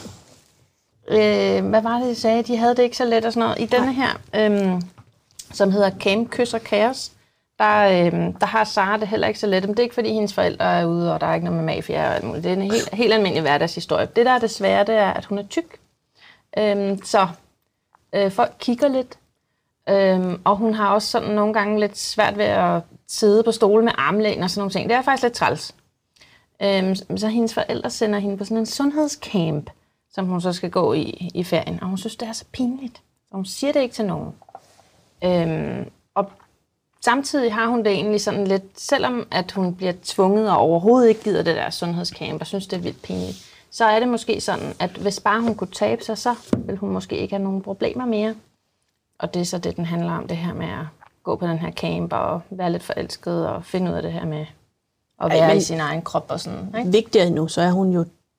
Hvad var det, de sagde? De havde det ikke så let og sådan noget. I denne her, som hedder Camp, Kys og Kaos, der har Sara det heller ikke så let. Men det er ikke, fordi hendes forældre er ude, og der er ikke noget med mafia og alt muligt. Det er en helt almindelig hverdagshistorie. Det, der er det svære, det er, at hun er tyk. Så folk kigger lidt. Og hun har også sådan nogle gange lidt svært ved at sidde på stole med armlæn og sådan nogle ting. Det er faktisk lidt træls. Så hendes forældre sender hende på sådan en sundhedscamp, som hun så skal gå i ferien. Og hun synes, det er så pinligt. Så hun siger det ikke til nogen. Og samtidig har hun det egentlig sådan lidt, selvom at hun bliver tvunget og overhovedet ikke gider det der sundhedscamp og synes, det er vildt pinligt, så er det måske sådan, at hvis bare hun kunne tabe sig, så vil hun måske ikke have nogen problemer mere. Og det er så det, den handler om, det her med at gå på den her camp og være lidt forelsket og finde ud af det her med at være i sin egen krop og sådan. Ikke? Vigtigere endnu, så er hun jo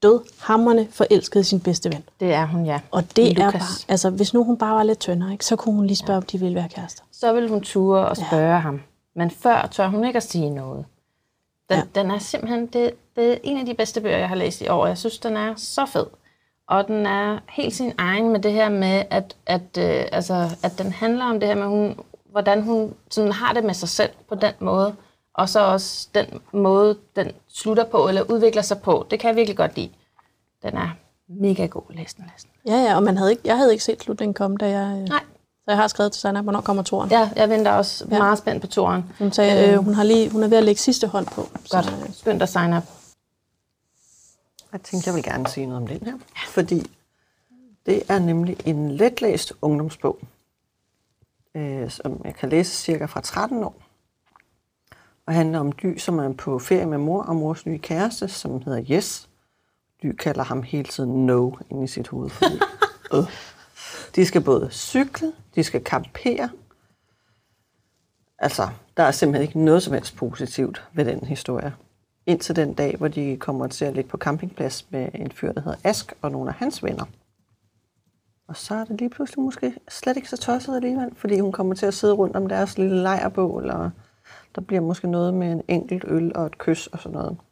dødhamrende forelsket i sin bedste ven. Det er hun, ja. Og det er Lukas. bare, altså hvis nu hun bare var lidt tyndere, ikke, så kunne hun lige spørge, om de ville være kærester. Så vil hun ture og spørge ham. Men før tør hun ikke at sige noget. Den er simpelthen, det er en af de bedste bøger, jeg har læst i år. Jeg synes, den er så fed. Og den er helt sin egen med det her med, at den handler om det her med, hvordan hun sådan har det med sig selv på den måde. Og så også den måde, den slutter på, eller udvikler sig på. Det kan jeg virkelig godt lide. Den er mega god. Læs den. Ja, og jeg havde ikke set slutningen komme, da jeg... Nej. Så jeg har skrevet til Sanna, hvornår kommer toren. Ja, jeg venter også meget spændt på toren. Hun sagde, hun er ved at lægge sidste hånd på. Godt, skyndt at sign up. Jeg tænkte, jeg vil gerne sige noget om den her. Fordi det er nemlig en letlæst ungdomsbog, som jeg kan læse cirka fra 13 år. Og handler om Dy, som er på ferie med mor og mors nye kæreste, som hedder Yes. Dy kalder ham hele tiden No inde i sit hoved. Fordi, de skal både cykle, de skal campere. Altså, der er simpelthen ikke noget som helst positivt ved den historie. Indtil den dag, hvor de kommer til at ligge på campingplads med en fyr, der hedder Ask, og nogle af hans venner. Og så er det lige pludselig måske slet ikke så tosset alligevel, fordi hun kommer til at sidde rundt om deres lille lejrbål, og der bliver måske noget med en enkelt øl og et kys og sådan noget.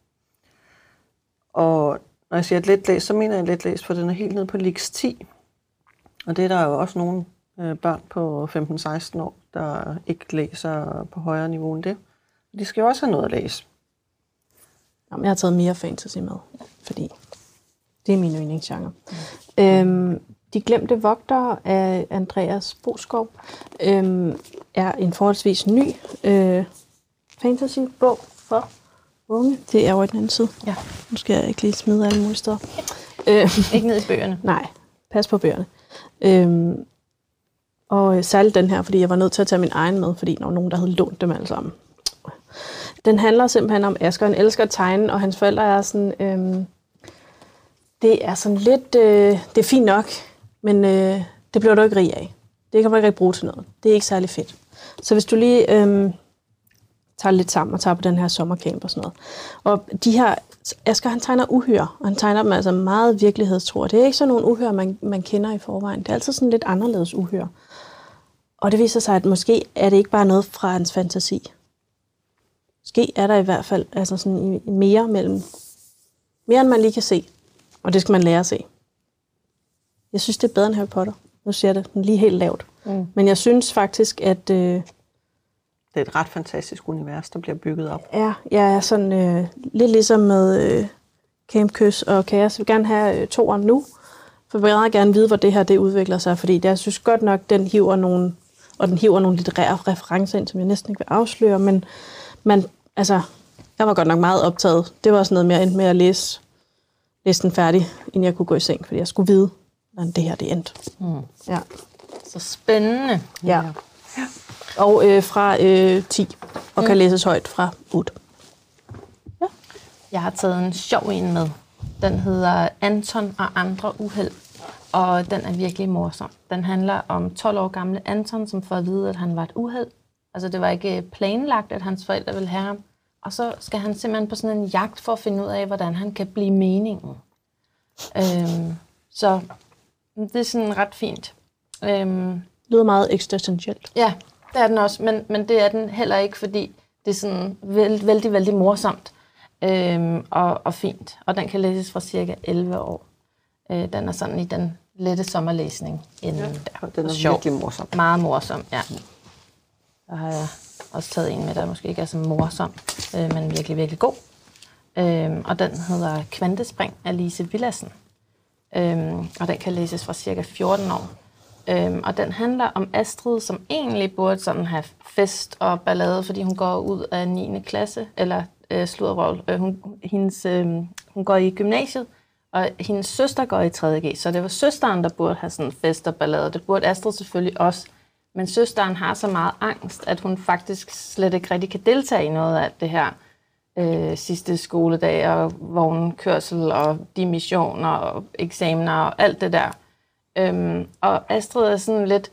Og når jeg siger et letlæst, så mener jeg letlæst, for den er helt nede på Lix 10. Og det er der jo også nogle børn på 15-16 år, der ikke læser på højere niveau end det. De skal jo også have noget at læse. Jamen, jeg har taget mere fantasy med, fordi det er min yndlingsgenre. De glemte vogtere af Andreas Boskov er en forholdsvis ny fantasybog for unge. Det er over i den anden side. Ja. Nu skal jeg ikke lige smide alle mulige steder. Ikke ned i bøgerne. Nej, pas på bøgerne. Og særligt den her, fordi jeg var nødt til at tage min egen med, fordi der var nogen, der havde lånt dem alle sammen. Den handler simpelthen om Asger. Han elsker at tegne, og hans forældre er sådan... det er sådan lidt... det er fint nok, men det bliver du ikke rig af. Det kan man ikke rigtig bruge til noget. Det er ikke særlig fedt. Så hvis du lige tager lidt sammen og tager på den her sommercamp og sådan noget. Og de her... Asger, han tegner uhyre, og han tegner dem altså meget virkelighedstro. Det er ikke sådan nogle uhyre, man kender i forvejen. Det er altid sådan lidt anderledes uhyre. Og det viser sig, at måske er det ikke bare noget fra hans fantasi. Måske er der i hvert fald altså sådan mere end man lige kan se. Og det skal man lære at se. Jeg synes, det er bedre end Harry Potter. Nu siger jeg det lige helt lavt. Men jeg synes faktisk, at... det er et ret fantastisk univers, der bliver bygget op. Ja, jeg er sådan lidt ligesom med Camp Kys og Kaos. Jeg vil gerne have toeren nu, for jeg vil meget gerne vide, hvor det her det udvikler sig, fordi jeg synes godt nok, den hiver nogle litterære referencer ind, som jeg næsten ikke vil afsløre, men jeg var godt nok meget optaget. Det var sådan noget mere, endte med at læse den færdig, inden jeg kunne gå i seng, fordi jeg skulle vide, hvordan det her det endte. Ja. Så spændende. Ja. Og fra 10, og kan læses højt fra 8. Ja. Jeg har taget en sjov en med. Den hedder Anton og andre uheld, og den er virkelig morsom. Den handler om 12 år gamle Anton, som får at vide, at han var et uheld. Altså det var ikke planlagt, at hans forældre ville have ham. Og så skal han simpelthen på sådan en jagt for at finde ud af, hvordan han kan blive meningen. Så det er sådan ret fint. Lyder meget eksistentielt. Ja, det er den også, men det er den heller ikke, fordi det er sådan vældig, vældig morsomt og fint. Og den kan læses fra cirka 11 år. Den er sådan i den lette sommerlæsning. Den er virkelig morsom. Meget morsom, ja. Der har jeg også taget en med, der måske ikke er så morsom, men virkelig, virkelig god. Og den hedder Kvantespring af Lise Villadsen. Og den kan læses fra cirka 14 år. Og den handler om Astrid, som egentlig burde sådan have fest og ballade, fordi hun går ud af 9. klasse, eller sluddervrøvl. Hun går i gymnasiet, og hendes søster går i 3.G, så det var søsteren, der burde have sådan fest og ballade. Det burde Astrid selvfølgelig også. Men søsteren har så meget angst, at hun faktisk slet ikke rigtig kan deltage i noget af det her sidste skoledag, og vognkørsel, og dimissioner, og eksamener, og alt det der. Og Astrid er sådan lidt...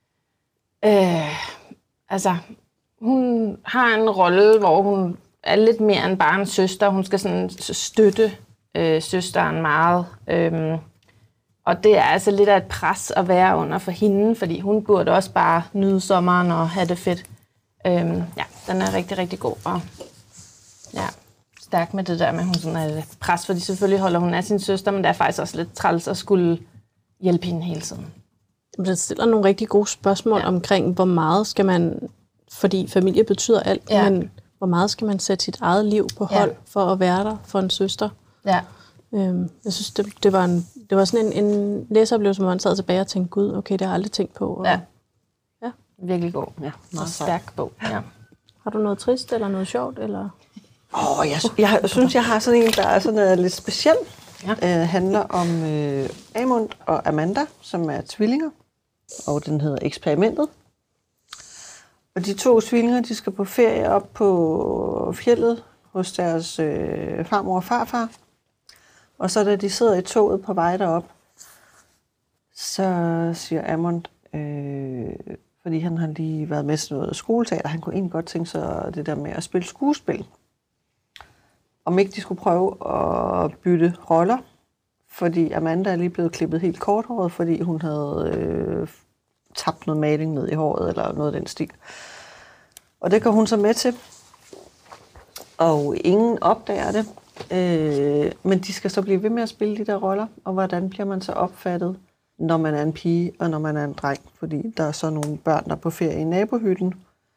hun har en rolle, hvor hun er lidt mere end bare en søster. Hun skal sådan støtte søsteren meget. Og det er altså lidt af et pres at være under for hende, fordi hun burde også bare nyde sommeren og have det fedt. Den er rigtig, rigtig god. Og stærk med det der med, at hun sådan er et pres, fordi selvfølgelig holder hun af sin søster, men det er faktisk også lidt træls at skulle hjælpe hende hele tiden. Det stiller nogle rigtig gode spørgsmål omkring, hvor meget skal man, fordi familie betyder alt, men hvor meget skal man sætte sit eget liv på hold for at være der for en søster? Ja. Jeg synes, det var sådan en læseoplevelse, hvor man sad tilbage og tænkte, gud, okay, det har jeg aldrig tænkt på. Og, virkelig god. Ja, meget stærk bog. Ja. Har du noget trist eller noget sjovt? Eller? Jeg synes, jeg har sådan en, der er sådan noget lidt speciel. Handler om Amund og Amanda, som er tvillinger, og den hedder Eksperimentet. Og de 2 tvillinger, de skal på ferie op på fjeldet hos deres farmor og farfar. Og så da de sidder i toget på vej derop, så siger Amund, fordi han har lige været med til noget skoleteater, han kunne egentlig godt tænke sig det der med at spille skuespil. Om ikke de skulle prøve at bytte roller, fordi Amanda er lige blevet klippet helt korthåret, fordi hun havde tabt noget maling ned i håret, eller noget af den stil. Og det går hun så med til, og ingen opdager det. Men de skal så blive ved med at spille de der roller, og hvordan bliver man så opfattet, når man er en pige, og når man er en dreng, fordi der er så nogle børn, der er på ferie i nabohytten.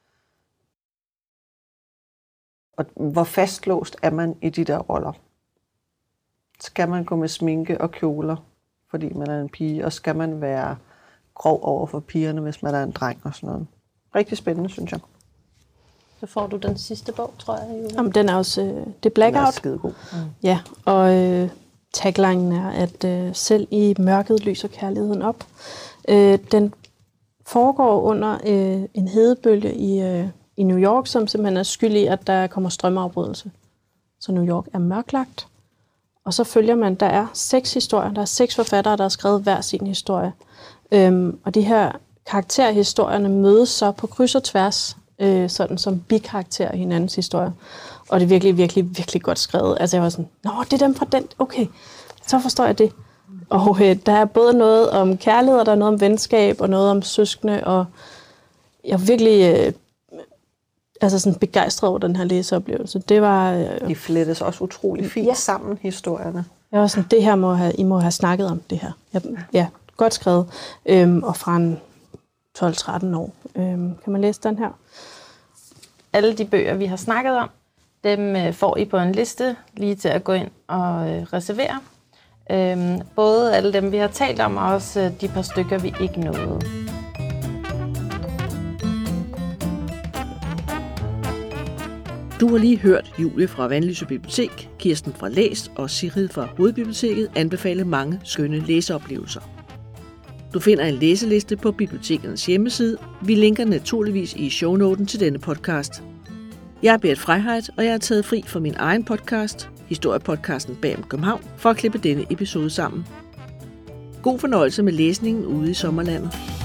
Og hvor fastlåst er man i de der roller? Skal man gå med sminke og kjoler, fordi man er en pige, og skal man være grov over for pigerne, hvis man er en dreng og sådan noget? Rigtig spændende, synes jeg. Så får du den sidste bog, tror jeg, Julie. Jamen, den er også det er Blackout. Den er skidegod. Ja, og taglinen er, at selv i mørket lyser kærligheden op. Den foregår under en hedebølge i New York, som simpelthen er skyld i, at der kommer strømafbrydelse. Så New York er mørklagt. Og så følger man, der er 6 historier. Der er 6 forfattere, der har skrevet hver sin historie. Og de her karakterhistorierne mødes så på kryds og tværs, sådan som bikarakterer i hinandens historie. Og det er virkelig, virkelig, virkelig godt skrevet. Altså jeg var sådan, nå, det er dem fra den, okay, så forstår jeg det. Og der er både noget om kærlighed, og der er noget om venskab, og noget om søskende, og jeg er virkelig sådan begejstret over den her læseoplevelse. Det var... De flettes også utrolig fint sammen, historierne. Jeg var sådan, det her I må have snakket om det her. Godt skrevet. Og fra en 12-13 år. Kan man læse den her? Alle de bøger, vi har snakket om, dem får I på en liste lige til at gå ind og reservere. Både alle dem, vi har talt om, og også de par stykker, vi ikke nåede. Du har lige hørt Julie fra Vanløse Bibliotek, Kirsten fra Læs og Sigrid fra Hovedbiblioteket anbefale mange skønne læseoplevelser. Du finder en læseliste på bibliotekernes hjemmeside. Vi linker naturligvis i shownoten til denne podcast. Jeg er Berit Freiheit, og jeg har taget fri fra min egen podcast, historiepodcasten Bag om København, for at klippe denne episode sammen. God fornøjelse med læsningen ude i sommerlandet.